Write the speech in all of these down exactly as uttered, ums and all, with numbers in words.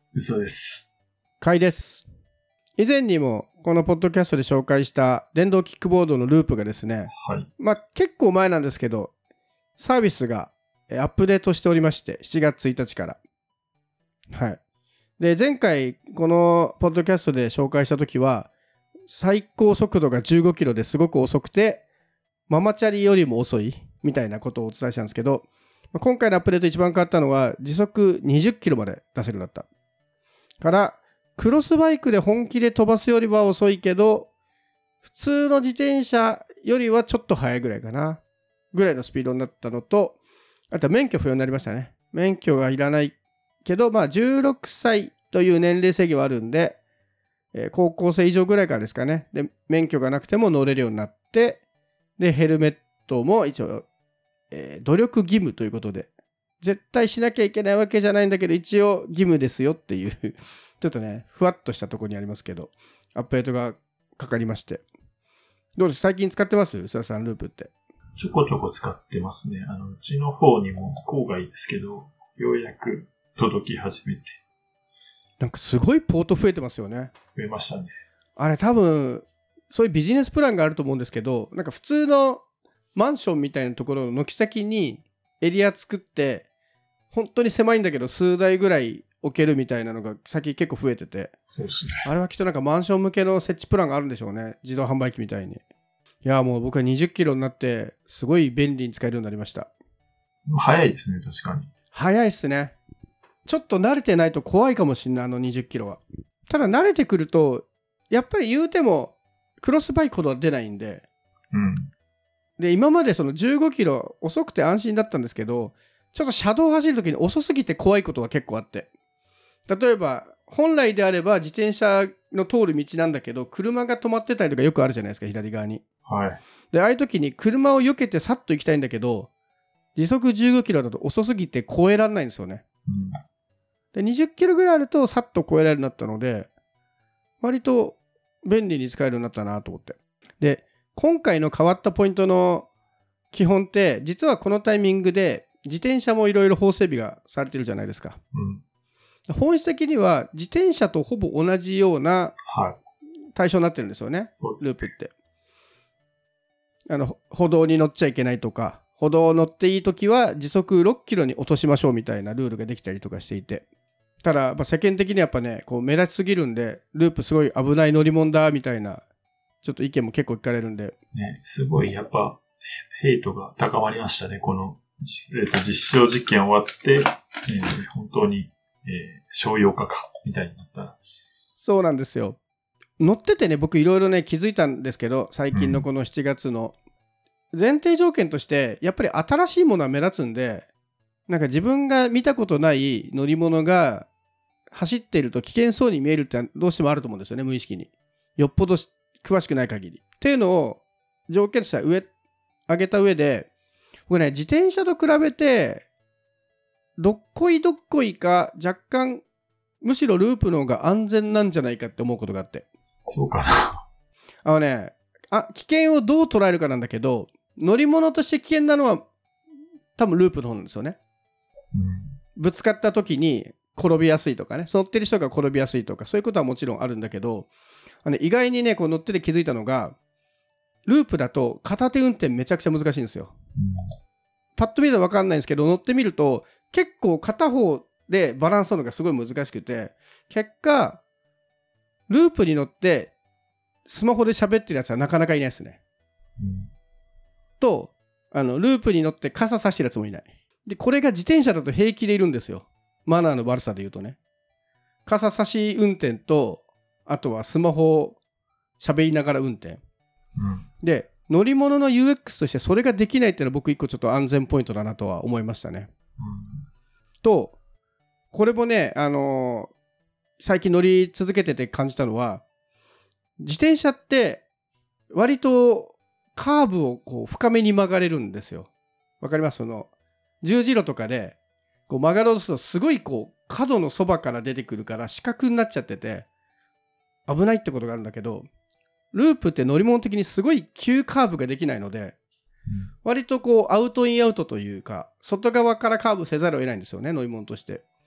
嘘です。 かいです。以前にもこのポッドキャストで紹介した電動キックボードのループがですね、 はい。 まあ結構前なんですけど、サービスがアップデートしておりまして、しちがつついたちから。はい。で、前回このポッドキャストで紹介したときは、最高速度がじゅうごキロですごく遅くて、ママチャリよりも遅いみたいなことをお伝えしたんですけど、今回のアップデート一番変わったのは時速にじゅっキロまで出せるようになった。から、クロスバイクで本気で飛ばすよりは遅いけど、普通の自転車よりはちょっと速いぐらいかな。ぐらいのスピードになったのと、あとは免許不要になりましたね。免許がいらないけど、まあじゅうろくさいという年齢制限はあるんで、えー高校生以上ぐらいからですかね。で、免許がなくても乗れるようになって、で、ヘルメットも一応、えー努力義務ということで、絶対しなきゃいけないわけじゃないんだけど、一応義務ですよっていうちょっとね、ふわっとしたところにありますけど、アップデートがかかりまして。どうです最近使ってます須田さん、ループって。 ちょこちょこ使ってますね。あの、うちの方にも郊外ですけど、ようやく届き始めてなんかすごいポート増えてますよね。 増えましたね。 あれ多分、そういうビジネスプランがあると思うんですけど、なんか普通のマンションみたいなところの軒先にエリア作って、本当に狭いんだけど数台ぐらい置けるみたいなのが最近結構増えてて、 そうですね。 あれはきっとなんかマンション向けの設置プランがあるんでしょうね。自動販売機みたいに。いやもう僕はにじゅっキロになってすごい便利に使えるようになりました。 早いですね、確かに。 早いっすね。ちょっと慣れてないと怖いかもしんない、あのにじゅっキロは。ただ慣れてくるとやっぱり言うてもクロスバイクほどは出ないんで、 うん。 で今までそのじゅうごキロ遅くて安心だったんですけど、ちょっと車道を走るときに遅すぎて怖いことが結構あって、例えば本来であれば自転車の通る道なんだけど車が止まってたりとかよくあるじゃないですか、左側に。 はい。 でああいう時に車を避けてさっと行きたいんだけど、時速じゅうごキロだと遅すぎて超えられないんですよね。 うん。 でにじゅっキロぐらいあるとさっと超えられるようになったので、割と便利に使えるようになったなと思って。で今回の変わったポイントの基本って実はこのタイミングで自転車もいろいろ法整備がされてるじゃないですか。 うん。 本質的には自転車とほぼ同じようなはい。 対象になってるんですよね、 そうですね。 ループって。あの歩道に乗っちゃいけないとか、歩道を乗っていいときは時速ろっキロに落としましょうみたいなルールができたりとかしていて、ただ、まあ、世間的にはやっぱね、こう目立ちすぎるんで、ループすごい危ない乗り物だみたいな、ちょっと意見も結構聞かれるんで、 ね、すごいやっぱ、ヘイトが高まりましたね。この、実えーと実証実験終わって、えー本当に、えー商用化か、みたいになったら。 そうなんですよ。乗っててね、僕いろいろね気づいたんですけど、最近のこのしちがつの前提条件として、やっぱり新しいものは目立つんで、なんか自分が見たことない乗り物が走っていると危険そうに見えるってどうしてもあると思うんですよね、無意識に。よっぽど詳しくない限り。っていうのを条件としては上上げた上で、僕ね、自転車と比べて、どっこいどっこいか若干、むしろループの方が安全なんじゃないかって思うことがあって。 そうかな。 あのね、あ、危険をどう捉えるかなんだけど、乗り物として危険なのは多分ループの方なんですよね。 うん。 ぶつかった時に転びやすいとかね、乗ってる人が転びやすいとか、そういうことはもちろんあるんだけど、あの意外にね、こう乗ってて気づいたのが、ループだと片手運転めちゃくちゃ難しいんですよ。パッと見ると分かんないんですけど、乗ってみると結構片方でバランス取るのがすごい難しくて、結果ループに乗ってスマホで喋ってるやつはなかなかいないですね。 うん。 と、あのループに乗って傘差してるやつもいない。で、これが自転車だと平気でいるんですよ。マナーの悪さで言うとね。傘差し運転と、あとはスマホを喋りながら運転。 うん。 で、乗り物の ユーエックス としてそれができないっていうのは僕一個ちょっと安全ポイントだなとは思いましたね。と、これもね、あのー最近乗り続けてて感じたのは、自転車って割とカーブをこう深めに曲がれるんですよ。わかります？その十字路とかでこう曲がろうとするとすごいこう角のそばから出てくるから死角になっちゃってて危ないってことがあるんだけど、ループって乗り物的にすごい急カーブができないので、割とこうアウトインアウトというか外側からカーブせざるを得ないんですよね、乗り物として。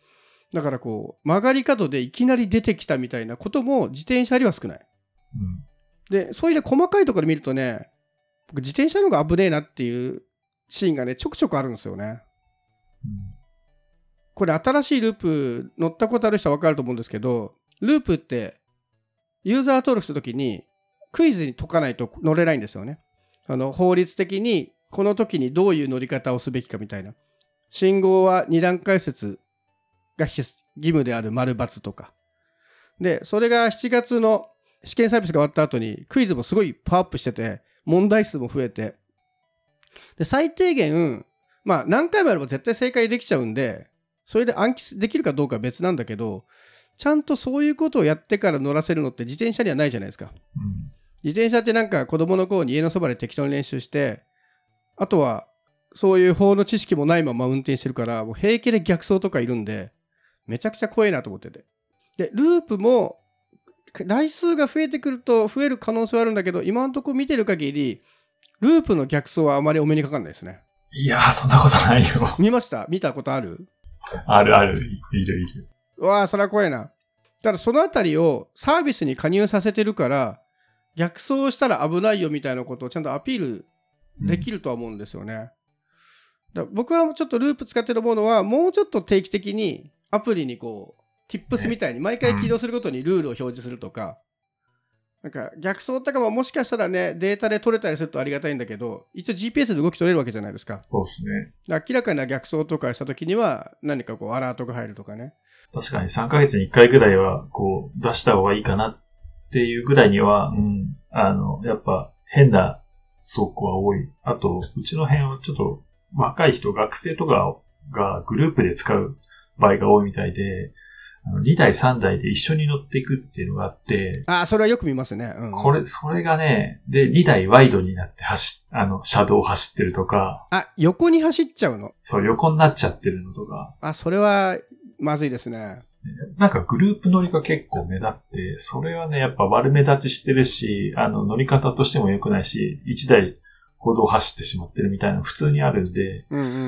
だからこう曲がり角でいきなり出てきたみたいなことも自転車よりは少ない、 うん、 でそういうね細かいところで見るとね、僕自転車の方が危ねえなっていうシーンがねちょくちょくあるんですよね、うん、これ新しいループ乗ったことある人は分かると思うんですけど、ループってユーザー登録するときにクイズに解かないと乗れないんですよね。あの法律的にこの時にどういう乗り方をすべきかみたいな、信号はに段階右折が義務である丸×とかで、それがしちがつの試験サービスが終わった後にクイズもすごいパワーアップしてて問題数も増えて、で最低限まあ何回もやれば絶対正解できちゃうんで、それで暗記できるかどうかは別なんだけど、ちゃんとそういうことをやってから乗らせるのって自転車にはないじゃないですか、うん、自転車ってなんか子供の頃に家のそばで適当に練習して、あとはそういう法の知識もないまま運転してるから、もう平気で逆走とかいるんでめちゃくちゃ怖いなと思ってて、でループも台数が増えてくると増える可能性はあるんだけど、今のところ見てる限りループの逆走はあまりお目にかかんないですね。 いやーそんなことないよ。 見ました？見たことある？ あるある、いるいる。 うわーそれは怖いな。だからそのあたりをサービスに加入させてるから逆走したら危ないよみたいなことをちゃんとアピールできるとは思うんですよね、うん、だ僕はちょっとループ使ってる思うのは、もうちょっと定期的にアプリにこう Tips みたいに毎回起動するごとにルールを表示するとか、うん、なんか逆走とかももしかしたらねデータで取れたりするとありがたいんだけど、一応 ジーピーエス で動き取れるわけじゃないですか。 そうですね。 明らかな逆走とかした時には何かこうアラートが入るとかね。 確かにさんかげつにいっかいぐらいはこう出した方がいいかなっていうぐらいには、うん、あのやっぱ変な走行は多い。あとうちの辺はちょっと若い人、学生とかがグループで使う場合が多いみたいで、あのにだいさんだいで一緒に乗っていくっていうのがあって、 ああ、それはよく見ますね。うん、 これ、それがね、で、にだいワイドになって走、あの、車道を走ってるとか。 あ、横に走っちゃうの？ そう、横になっちゃってるのとか。 あ、それは、まずいですね。 なんかグループ乗りが結構目立って、それはね、やっぱ悪目立ちしてるし、あの、乗り方としても良くないし、いちだい歩道を走ってしまってるみたいな普通にあるんで、 うんうんうん、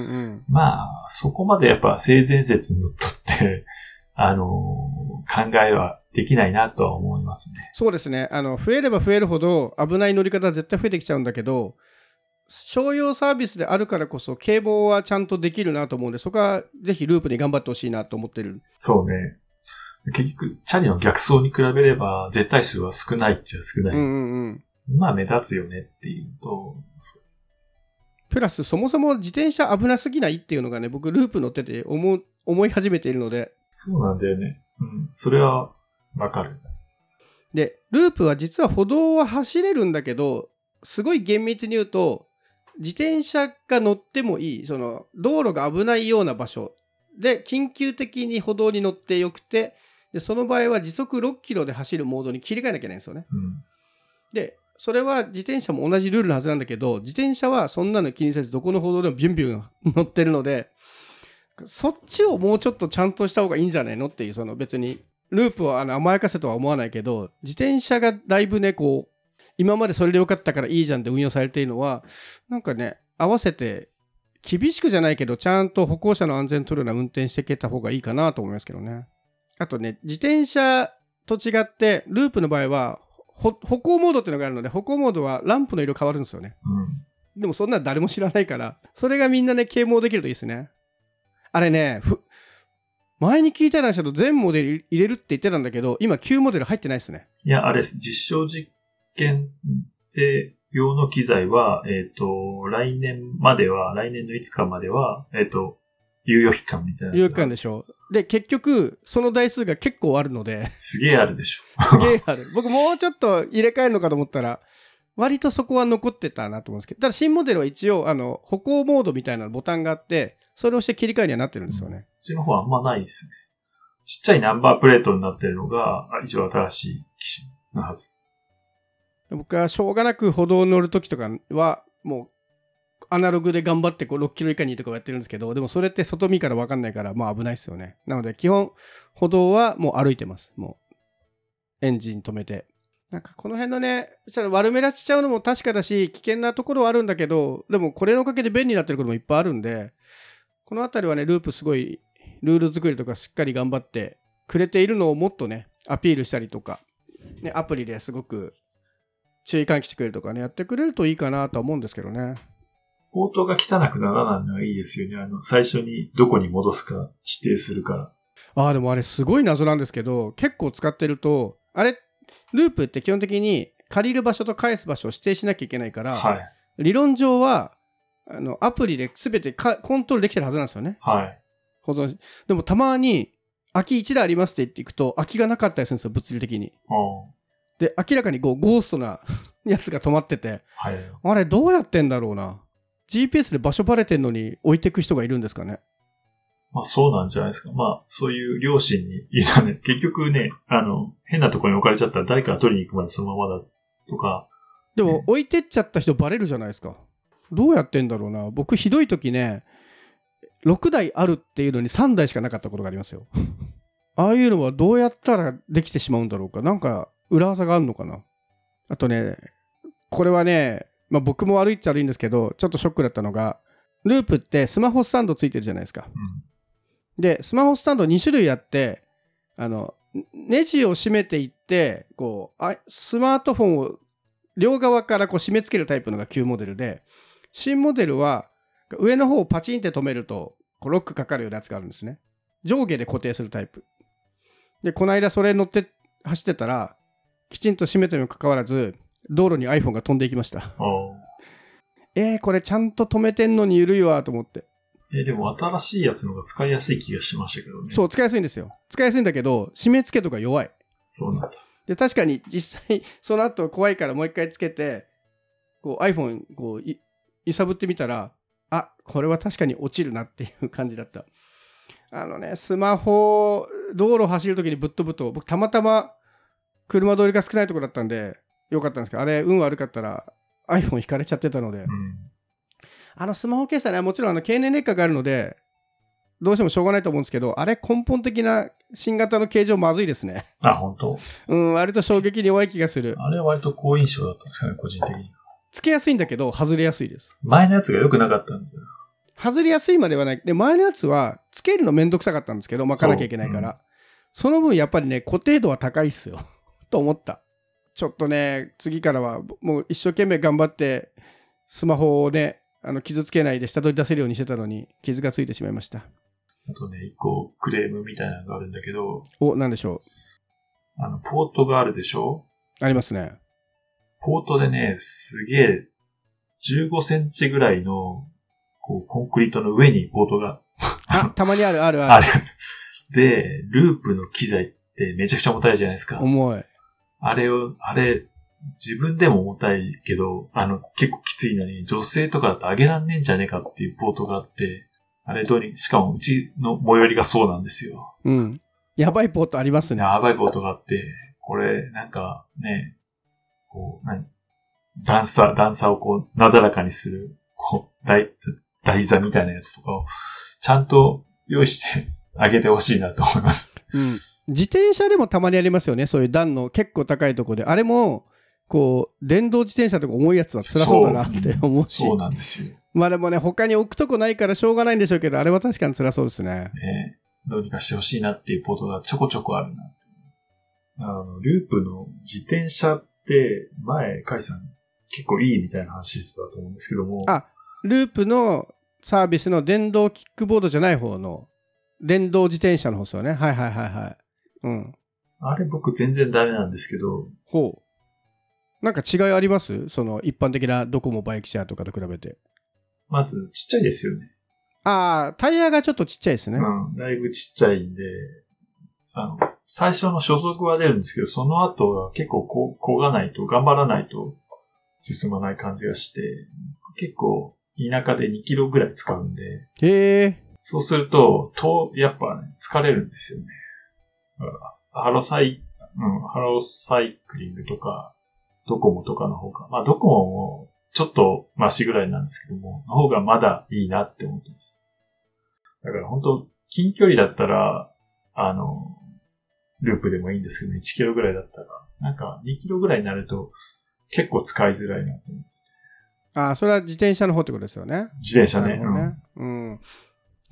まあ、そこまでやっぱ性善説にのっとって、あの、考えはできないなとは思いますね。 そうですね。あの、増えれば増えるほど危ない乗り方は絶対増えてきちゃうんだけど、商用サービスであるからこそ警棒はちゃんとできるなと思うんで、そこはぜひループに頑張ってほしいなと思ってる。 そうね。結局、チャリの逆走に比べれば絶対数は少ないっちゃ少ない。うんうんうん。まあ目立つよねっていうと。 プラスそもそも自転車危なすぎないっていうのがね、僕ループ乗ってて思う、思い始めているので。 そうなんだよね。うん。それはわかる。 で、ループは実は歩道は走れるんだけど、すごい厳密に言うと、自転車が乗ってもいい、その道路が危ないような場所で緊急的に歩道に乗ってよくて、でその場合は時速ろっキロで走るモードに切り替えなきゃいけないんですよね、うん、でそれは自転車も同じルールのはずなんだけど、自転車はそんなの気にせずどこの歩道でもビュンビュン乗ってるので、そっちをもうちょっとちゃんとした方がいいんじゃないのっていう、その別にループをあの甘やかせとは思わないけど、自転車がだいぶねこう今までそれでよかったからいいじゃんって運用されているのは、なんかね合わせて厳しくじゃないけどちゃんと歩行者の安全取るような運転していけた方がいいかなと思いますけどね。あとね、自転車と違ってループの場合は歩行モードっていうのがあるので、歩行モードはランプの色変わるんですよね、うん、でもそんなの誰も知らないから、それがみんなね啓蒙できるといいですね。あれね、ふ前に聞いた話だと全モデル入れるって言ってたんだけど、今旧モデル入ってないですね。 いや、あれ実証実験で用の機材は、えっ、ー、と、来年までは、来年のいつかまでは、えっ、ー、と、猶予期間みたいな。 猶予期間でしょ。で、結局、その台数が結構あるので。 すげえあるでしょ。 すげえある。僕もうちょっと入れ替えるのかと思ったら、割とそこは残ってたなと思うんですけど、ただ新モデルは一応、あの、歩行モードみたいなボタンがあって、それをして切り替えにはなってるんですよね。うん、 うちの方はあんまないですね。ちっちゃいナンバープレートになってるのが、一応新しい機種のはず。 僕はしょうがなく歩道に乗るときとかはもうアナログで頑張ってこうろっキロ以下にとかやってるんですけど、でもそれって外見から分かんないからまあ危ないですよね。なので基本歩道はもう歩いてます。もうエンジン止めて、なんかこの辺のね悪目立ちちゃうのも確かだし危険なところはあるんだけど、でもこれのおかげで便利になってることもいっぱいあるんで、このあたりはねループすごいルール作りとかしっかり頑張ってくれているのをもっとねアピールしたりとか、ね、アプリですごく注意喚起してくれるとかねやってくれるといいかなとは思うんですけどね。 ポートが汚くならないのはいいですよね。あの最初にどこに戻すか指定するから。 ああでもあれすごい謎なんですけど、結構使ってるとあれループって基本的に借りる場所と返す場所を指定しなきゃいけないから、 はい、 理論上はあのアプリで全てかコントロールできてるはずなんですよね。 はい。 保存しでもたまに空きいちだいありますって言っていくと空きがなかったりするんですよ、物理的に。で明らかにこうゴーストなやつが止まってて、 はい、 あれどうやってんだろうな。 ジーピーエス で場所バレてんのに置いてく人がいるんですかね。 まあそうなんじゃないですか。まあそういう良心に委ね、結局ね、あの、変なところに置かれちゃったら誰かが取りに行くまでそのままだとか。 でも置いてっちゃった人バレるじゃないですか。どうやってんだろうな。僕ひどい時ね、ろくだいあるっていうのにさんだいしかなかったことがありますよ。ああいうのはどうやったらできてしまうんだろうか。なんか裏技があるのかな。あとね、これはね、まあ、僕も悪いっちゃ悪いんですけど、ちょっとショックだったのが、ループってスマホスタンドついてるじゃないですか。うん、で、スマホスタンドに種類あって、あのネジを締めていってこうあスマートフォンを両側からこう締め付けるタイプのが旧モデルで、新モデルは上の方をパチンって止めるとこうロックかかるようなやつがあるんですね。上下で固定するタイプで、この間それ乗って走ってたらきちんと締めてもかかわらず道路に iPhone が飛んでいきました。えー、これちゃんと止めてんのに緩いわと思って。 えー、でも新しいやつの方が使いやすい気がしましたけどね。 そう、使いやすいんですよ。使いやすいんだけど締め付けとか弱い。 そうなんだ。 で確かに実際その後怖いからもう一回つけてこう iPhone こうい揺さぶってみたら、あ、これは確かに落ちるなっていう感じだった。あのね、スマホ道路走るときにぶっ飛ぶと、僕たまたま車通りが少ないところだったんでよかったんですけど、あれ運悪かったら iPhone 引かれちゃってたので、うん、あのスマホ決済ね、もちろんあの経年劣化があるのでどうしてもしょうがないと思うんですけど、あれ根本的な新型の形状まずいですね。 あ、本当。 うん、割と衝撃に弱い気がする。 あれは割と好印象だったんですかね、個人的に。 つけやすいんだけど外れやすいです。 前のやつが良くなかったんだよ。 外れやすいまではない。で、前のやつはつけるのめんどくさかったんですけど、巻かなきゃいけないから。そ,、うん、その分やっぱりね、固定度は高いっすよ。と思った。ちょっとね、次からはもう一生懸命頑張って、スマホをね、あの傷つけないで下取り出せるようにしてたのに、傷がついてしまいました。 あとね、一個クレームみたいなのがあるんだけど。 お、なんでしょう。あの、ポートがあるでしょ？ ありますね。 ポートでね、すげえ、じゅうごセンチぐらいの、こう、コンクリートの上にポートが。 あ、たまにあるあるある。 あるやつ。で、ループの機材ってめちゃくちゃ重たいじゃないですか。 重い。 あれを、あれ、自分でも重たいけど、あの、結構きついのに、女性とかだと上げらんねえんじゃねえかっていうポートがあって、あれどうに、しかもうちの最寄りがそうなんですよ。 うん。やばいポートありますね。 やばいポートがあって、これ、なんかね、こう、何段差、段差をこう、なだらかにする、こう、台、台座みたいなやつとかを、ちゃんと用意してあげてほしいなと思います。 うん。自転車でもたまにありますよね。そういう段の結構高いところで。あれも、こう、電動自転車とか重いやつは辛そうだなって思うし。 そうなんですよ。 まあでもね、他に置くとこないからしょうがないんでしょうけど、あれは確かに辛そうですね。 ね、どうにかしてほしいなっていうポートがちょこちょこあるな。あの、ループの自転車って、前、カイさん結構いいみたいな話してたと思うんですけども。 あ、ループのサービスの電動キックボードじゃない方の、電動自転車の方ですよね。はいはいはいはい。うん。 あれ僕全然ダメなんですけど。 ほう。なんか違いあります？その一般的なドコモバイクシェアとかと比べて。 まずちっちゃいですよね。 ああ、タイヤがちょっとちっちゃいですね。 うん、だいぶちっちゃいんで、あの、最初の初速は出るんですけど、その後は結構ここがないと、頑張らないと進まない感じがして、結構田舎でにキロぐらい使うんで。 へえ。 そうすると、と、やっぱね、疲れるんですよね。だからハロサイ、うん、ハローサイクリングとか、ドコモとかの方が、まあドコモもちょっとマシぐらいなんですけども、の方がまだいいなって思ってます。だから本当近距離だったら、あの、ループでもいいんですけど、いちキロぐらいだったら、なんかにキロぐらいになると結構使いづらいなと思って。ああ、それは自転車の方ってことですよね。 自転車ね。 ね、うん。うん。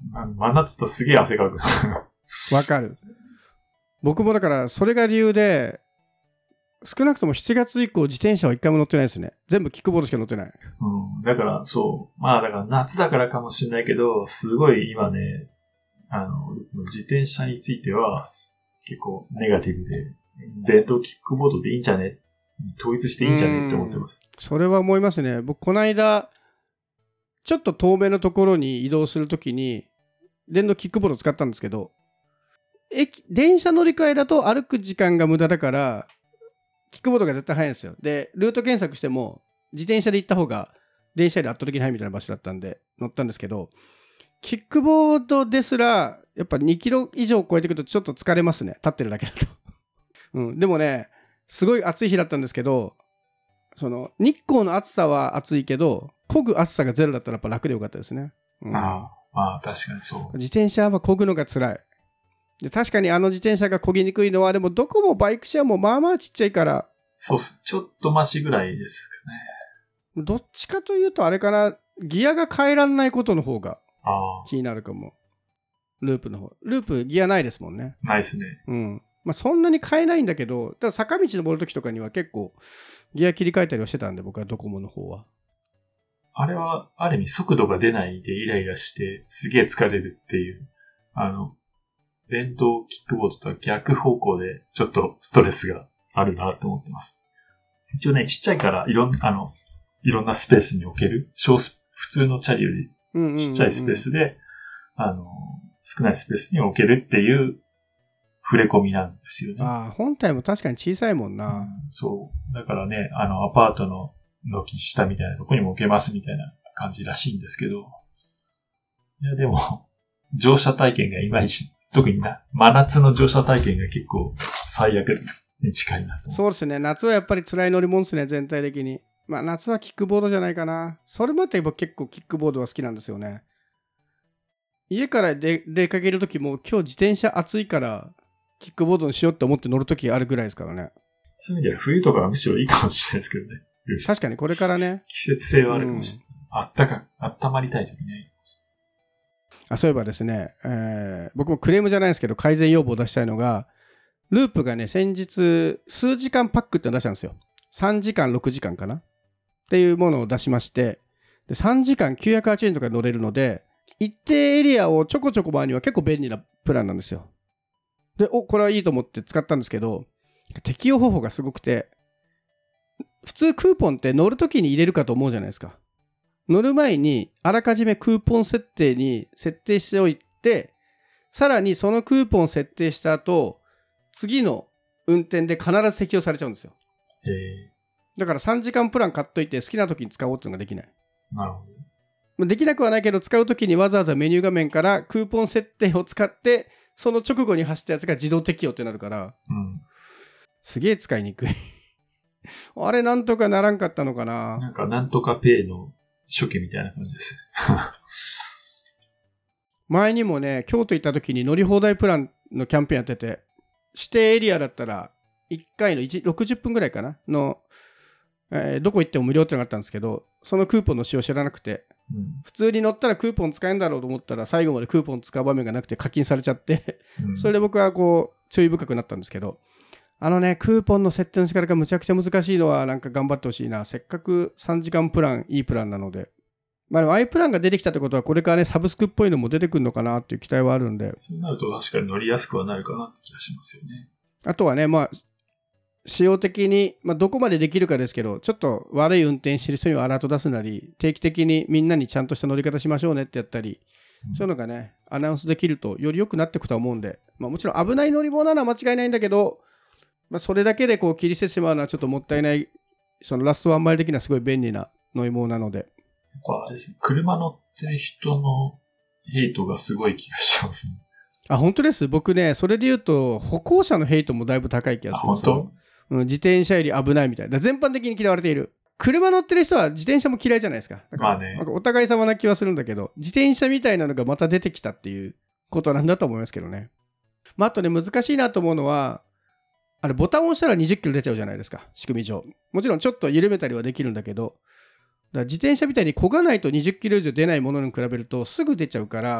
真夏とすげえ汗かく。 わかる。僕もだからそれが理由で少なくともしちがつ以降自転車は一回も乗ってないですね。全部キックボードしか乗ってない。 うん。だからそう。まあだから夏だからかもしれないけど、すごい今ね、あの、自転車については結構ネガティブで、電動キックボードでいいんじゃね？統一していいんじゃねって思ってます。 それは思いますね。僕この間、ちょっと遠目のところに移動するときに、電動キックボードを使ったんですけど、駅電車乗り換えだと歩く時間が無駄だからキックボードが絶対速いんですよ。でルート検索しても自転車で行った方が電車より圧倒的に速いみたいな場所だったんで乗ったんですけど、キックボードですらやっぱにキロ以上超えてくるとちょっと疲れますね、立ってるだけだと、うん、でもねすごい暑い日だったんですけど、その日光の暑さは暑いけど漕ぐ暑さがゼロだったらやっぱ楽でよかったですね、うん、 ああ、まあ確かにそう。 自転車は漕ぐのが辛い。で確かにあの自転車が漕ぎにくいのは、でもどこもバイクシェアもまあまあちっちゃいから、 そうっす、ちょっとマシぐらいですかね。どっちかというとあれかな、ギアが変えらんないことの方が気になるかも。ループの方、ループギアないですもんね。 ないですね。 うん。まあそんなに変えないんだけど、だから坂道登るときとかには結構ギア切り替えたりはしてたんで、僕はドコモの方は。 あれはある意味速度が出ないでイライラしてすげえ疲れるっていう、あの電動キックボードとは逆方向でちょっとストレスがあるなと思ってます。一応ね、ちっちゃいからいろん、あの、いろんなスペースに置ける、小ス普通のチャリよりちっちゃいスペースで、うんうんうんうん、あの、少ないスペースに置けるっていう触れ込みなんですよね。 ああ、本体も確かに小さいもんな、うん。 そう。だからね、あの、アパートの軒下みたいなとこにも置けますみたいな感じらしいんですけど、いや、でも、乗車体験がいまいち、特にな、真夏の乗車体験が結構最悪に近いなと。 そうですね。夏はやっぱり辛い乗り物ですね、全体的に。まあ夏はキックボードじゃないかな。それもあって僕結構キックボードは好きなんですよね。家から出かけるときも今日自転車暑いからキックボードにしようって思って乗るときあるぐらいですからね。 そういう意味では冬とかはむしろいいかもしれないですけどね。 確かにこれからね。 季節性はあるかもしれない。うん、あったか、あったまりたいときね。 あ、そういえばですね、えー、僕もクレームじゃないですけど改善要望を出したいのが、ループがね先日数時間パックってのを出したんですよ。さんじかんろくじかんかなっていうものを出しまして、でさんじかんきゅうひゃくはちえんとかで乗れるので、一定エリアをちょこちょこ回るには結構便利なプランなんですよ。で、お、これはいいと思って使ったんですけど、適用方法がすごくて、普通クーポンって乗るときに入れるかと思うじゃないですか。乗る前にあらかじめクーポン設定に設定しておいて、さらにそのクーポン設定した後、次の運転で必ず適用されちゃうんですよ。 へー。 だからさんじかんプラン買っといて好きな時に使おうっていうのができない。 なるほど。 できなくはないけど、使う時にわざわざメニュー画面からクーポン設定を使ってその直後に走ったやつが自動適用ってなるから、 うん、 すげえ使いにくいあれなんとかならんかったのかな。 なんかなんとかペイの初期みたいな感じです前にもね、京都行った時に乗り放題プランのキャンペーンやってて、指定エリアだったらいっかいのろくじゅっぷんぐらいかなの、えー、どこ行っても無料ってのがあったんですけど、そのクーポンの使用知らなくて、うん、普通に乗ったらクーポン使えんだろうと思ったら最後までクーポン使う場面がなくて課金されちゃってうん、それで僕はこう注意深くなったんですけど、あのねクーポンの設定の仕方がむちゃくちゃ難しいのはなんか頑張ってほしいな。せっかくさんじかんプランいいプランなので、まあでも i プランが出てきたってことはこれからねサブスクっぽいのも出てくるのかなっていう期待はあるんで、 そうなると確かに乗りやすくはなるかなって気がしますよね。 あとはね、まあ仕様的に、まあ、どこまでできるかですけど、ちょっと悪い運転してる人にはアラート出すなり、定期的にみんなにちゃんとした乗り方しましょうねってやったり、うん、そういうのがねアナウンスできるとより良くなっていくとは思うんで、まあ、もちろん危ない乗り物なのは間違いないんだけど、まあ、それだけでこう切り捨ててしまうのはちょっともったいない。そのラストワンマイル的にはすごい便利な乗り物なので、 あれです、車乗ってる人のヘイトがすごい気がしますね。 あ、本当です。僕ねそれで言うと歩行者のヘイトもだいぶ高い気がするんですよ。うん、自転車より危ないみたいな。全般的に嫌われている。車乗ってる人は自転車も嫌いじゃないですか。だから、まあね、お互い様な気はするんだけど、自転車みたいなのがまた出てきたっていうことなんだと思いますけどね。まあ、あとね難しいなと思うのは、あれボタンを押したらにじゅっキロ出ちゃうじゃないですか、仕組み上。もちろんちょっと緩めたりはできるんだけど、だから自転車みたいに漕がないとにじゅっキロ以上出ないものに比べるとすぐ出ちゃうから、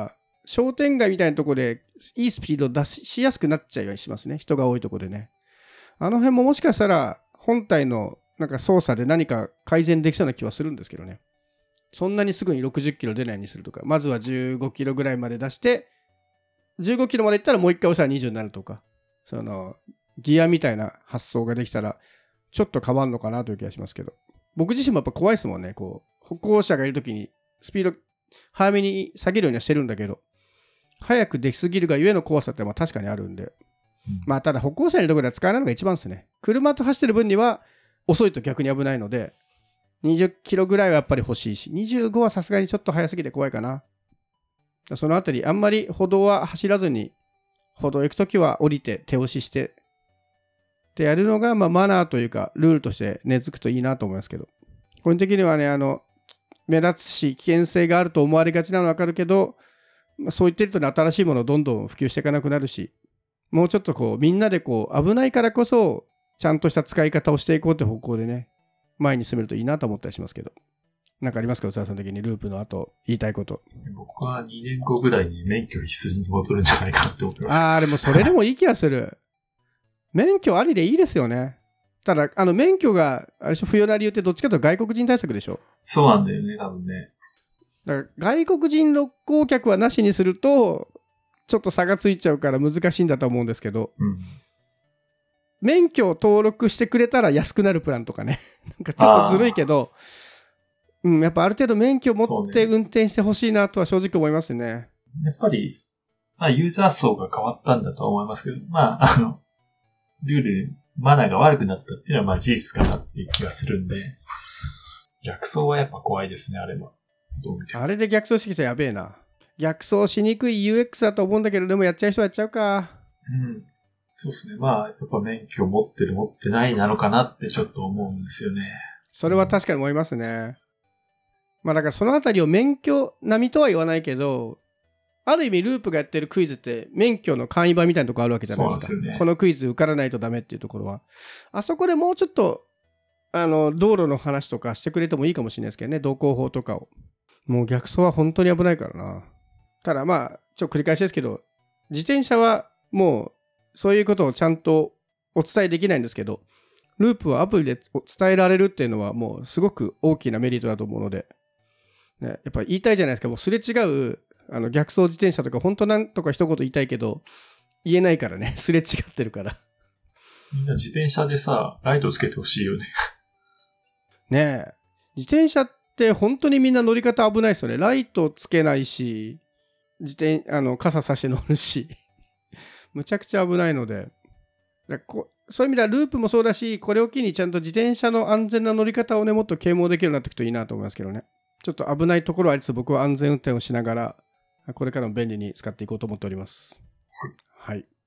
商店街みたいなところでいいスピード出しやすくなっちゃいはしますね。人が多いところでね。あの辺ももしかしたら本体のなんか操作で何か改善できそうな気はするんですけどね。そんなにすぐにろくじゅっキロ出ないようにするとか、まずはじゅうごキロぐらいまで出して、じゅうごキロまでいったらもう一回押したらにじゅうになるとか、そのギアみたいな発想ができたらちょっと変わるのかなという気がしますけど。僕自身もやっぱ怖いですもんね。こう歩行者がいるときにスピード早めに下げるようにはしてるんだけど、早く出すぎるがゆえの怖さってまあ確かにあるんで、うん、まあただ歩行者のところでは使えないのが一番ですね。車と走ってる分には遅いと逆に危ないので、にじゅっキロぐらいはやっぱり欲しいし、にじゅうごはさすがにちょっと早すぎて怖いかな。そのあたりあんまり歩道は走らずに、歩道行くときは降りて手押ししてってやるのがまあマナーというかルールとして根付くといいなと思いますけど、個人的にはね、あの目立つし危険性があると思われがちなのは分かるけど、まあ、そう言ってると、ね、新しいものをどんどん普及していかなくなるし、もうちょっとこうみんなでこう危ないからこそちゃんとした使い方をしていこうって方向でね、前に進めるといいなと思ったりしますけど。なんかありますか、宇佐さん的にループの後言いたいこと。 僕はにねんごぐらいに免許必須に戻るんじゃないかって思ってます。 ああ、でもそれでもいい気がする。免許ありでいいですよね。ただあの免許があれでしょ、不要な理由ってどっちかというと外国人対策でしょ。 そうなんだよね、多分ね。 だから外国人旅行客はなしにするとちょっと差がついちゃうから難しいんだと思うんですけど、うん、免許を登録してくれたら安くなるプランとかねなんかちょっとずるいけど、うん、やっぱある程度免許を持って運転してほしいなとは正直思いますね。 やっぱり、まあ、ユーザー層が変わったんだとは思いますけど、まあ、あの、ルール、マナーが悪くなったっていうのはまあ事実かなっていう気がするんで、逆走はやっぱ怖いですね、あれは。どう見ても。 あれで逆走してきたらやべえな。逆走しにくい ユーエックス だと思うんだけど、でもやっちゃう人はやっちゃうか。 うん。そうですね。まあ、やっぱ免許持ってる持ってないなのかなってちょっと思うんですよね。 それは確かに思いますね。まあだからそのあたりを免許並みとは言わないけど、ある意味ループがやってるクイズって免許の簡易版みたいなとこあるわけじゃないですか。 そうですよね。 このクイズ受からないとダメっていうところは。あそこでもうちょっと、あの、道路の話とかしてくれてもいいかもしれないですけどね。道交法とかを。もう逆走は本当に危ないからな。ただまあ、ちょっと繰り返しですけど、自転車はもうそういうことをちゃんとお伝えできないんですけど、ループはアプリで伝えられるっていうのはもうすごく大きなメリットだと思うので、ね、やっぱり言いたいじゃないですか。もうすれ違うあの逆走自転車とか本当なんとか一言言いたいけど言えないからね。すれ違ってるからみんな自転車でさライトつけてほしいよねねえ、自転車って本当にみんな乗り方危ないですよね。ライトつけないし、自転あの傘さして乗るしむちゃくちゃ危ないので、だこそういう意味ではループもそうだし、これを機にちゃんと自転車の安全な乗り方をねもっと啓蒙できるようになっていくといいなと思いますけどね。ちょっと危ないところはありつつ、僕は安全運転をしながらこれからも便利に使っていこうと思っております。はい、はい